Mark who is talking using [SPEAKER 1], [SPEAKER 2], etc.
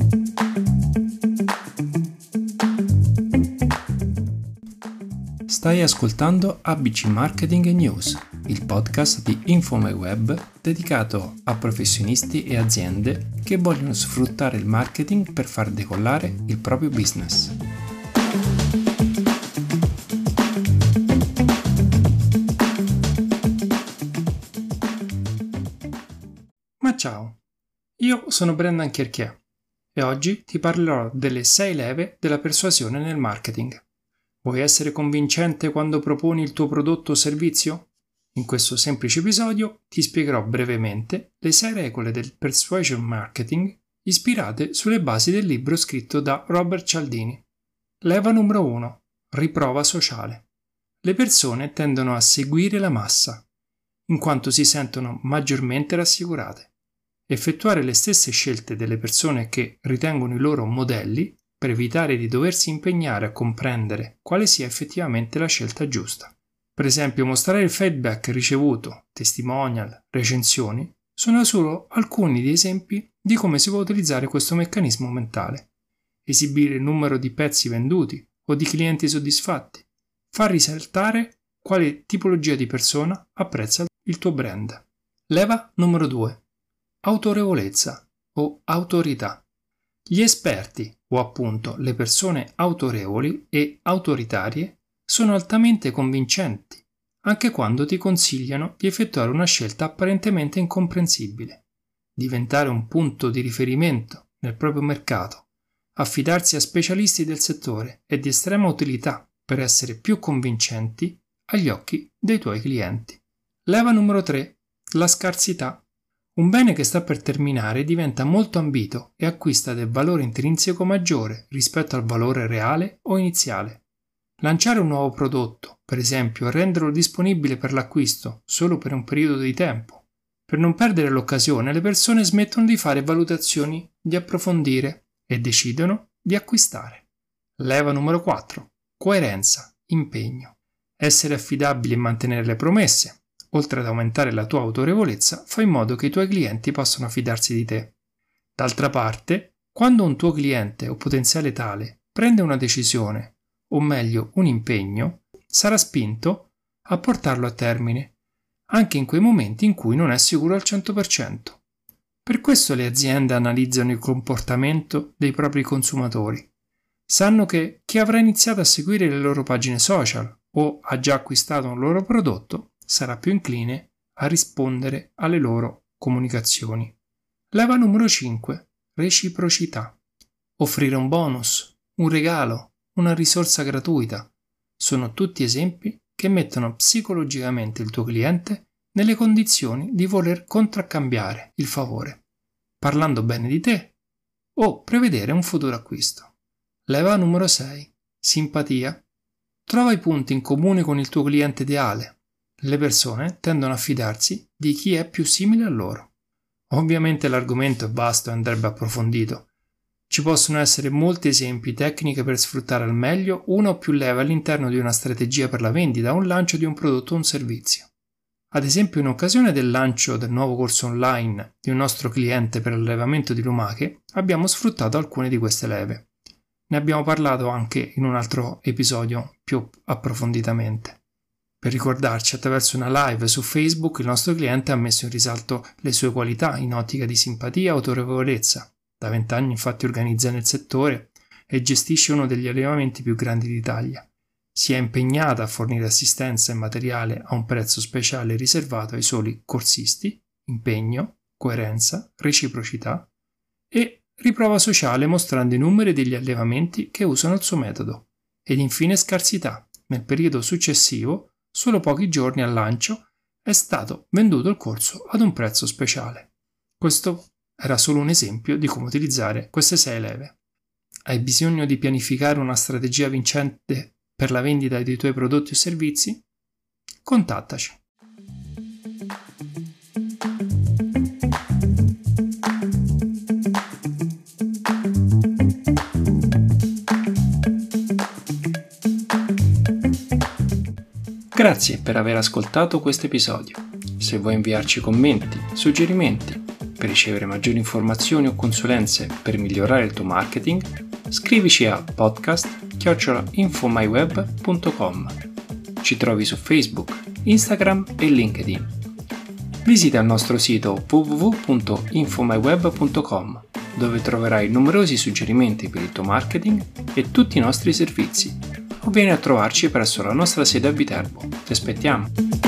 [SPEAKER 1] Stai ascoltando ABC Marketing News, il podcast di InfoMyWeb dedicato a professionisti e aziende che vogliono sfruttare il marketing per far decollare il proprio business. Ma ciao, io sono Brendan Chierchier e oggi ti parlerò delle 6 leve della persuasione nel marketing. Vuoi essere convincente quando proponi il tuo prodotto o servizio? In questo semplice episodio ti spiegherò brevemente le 6 regole del persuasion marketing ispirate sulle basi del libro scritto da Robert Cialdini. Leva numero 1. Riprova sociale. Le persone tendono a seguire la massa, in quanto si sentono maggiormente rassicurate. Effettuare le stesse scelte delle persone che ritengono i loro modelli per evitare di doversi impegnare a comprendere quale sia effettivamente la scelta giusta. Per esempio, mostrare il feedback ricevuto, testimonial, recensioni, sono solo alcuni di esempi di come si può utilizzare questo meccanismo mentale. Esibire il numero di pezzi venduti o di clienti soddisfatti, far risaltare quale tipologia di persona apprezza il tuo brand. Leva numero 2. Autorevolezza o autorità. Gli esperti, o appunto le persone autorevoli e autoritarie, sono altamente convincenti, anche quando ti consigliano di effettuare una scelta apparentemente incomprensibile. Diventare un punto di riferimento nel proprio mercato, affidarsi a specialisti del settore è di estrema utilità per essere più convincenti agli occhi dei tuoi clienti. Leva numero 3. La scarsità. Un bene che sta per terminare diventa molto ambito e acquista del valore intrinseco maggiore rispetto al valore reale o iniziale. Lanciare un nuovo prodotto, per esempio, e renderlo disponibile per l'acquisto solo per un periodo di tempo. Per non perdere l'occasione, le persone smettono di fare valutazioni, di approfondire e decidono di acquistare. Leva numero 4. Coerenza, impegno. Essere affidabili e mantenere le promesse. Oltre ad aumentare la tua autorevolezza, fai in modo che i tuoi clienti possano fidarsi di te. D'altra parte, quando un tuo cliente o potenziale tale prende una decisione, o meglio un impegno, sarà spinto a portarlo a termine, anche in quei momenti in cui non è sicuro al 100%. Per questo le aziende analizzano il comportamento dei propri consumatori. Sanno che chi avrà iniziato a seguire le loro pagine social o ha già acquistato un loro prodotto sarà più incline a rispondere alle loro comunicazioni. Leva numero 5. Reciprocità. Offrire un bonus, un regalo, una risorsa gratuita. Sono tutti esempi che mettono psicologicamente il tuo cliente nelle condizioni di voler contraccambiare il favore, parlando bene di te o prevedere un futuro acquisto. Leva numero 6. Simpatia. Trova i punti in comune con il tuo cliente ideale. Le persone tendono a fidarsi di chi è più simile a loro. Ovviamente l'argomento è vasto e andrebbe approfondito. Ci possono essere molti esempi, tecniche per sfruttare al meglio una o più leve all'interno di una strategia per la vendita o un lancio di un prodotto o un servizio. Ad esempio, in occasione del lancio del nuovo corso online di un nostro cliente per l'allevamento di lumache, abbiamo sfruttato alcune di queste leve. Ne abbiamo parlato anche in un altro episodio più approfonditamente. Per ricordarci, attraverso una live su Facebook, il nostro cliente ha messo in risalto le sue qualità in ottica di simpatia e autorevolezza. Da 20 anni infatti organizza nel settore e gestisce uno degli allevamenti più grandi d'Italia. Si è impegnata a fornire assistenza e materiale a un prezzo speciale riservato ai soli corsisti, impegno, coerenza, reciprocità e riprova sociale mostrando i numeri degli allevamenti che usano il suo metodo. Ed infine scarsità. Nel periodo successivo, solo pochi giorni al lancio, è stato venduto il corso ad un prezzo speciale. Questo era solo un esempio di come utilizzare queste 6 leve. Hai bisogno di pianificare una strategia vincente per la vendita dei tuoi prodotti o servizi? Contattaci. Grazie per aver ascoltato questo episodio. Se vuoi inviarci commenti, suggerimenti Per ricevere maggiori informazioni o consulenze per migliorare il tuo marketing, scrivici a podcast@infomyweb.com. Ci trovi su Facebook, Instagram e LinkedIn. Visita il nostro sito www.infomyweb.com, dove troverai numerosi suggerimenti per il tuo marketing e tutti i nostri servizi. O vieni a trovarci presso la nostra sede a Viterbo. Ti aspettiamo!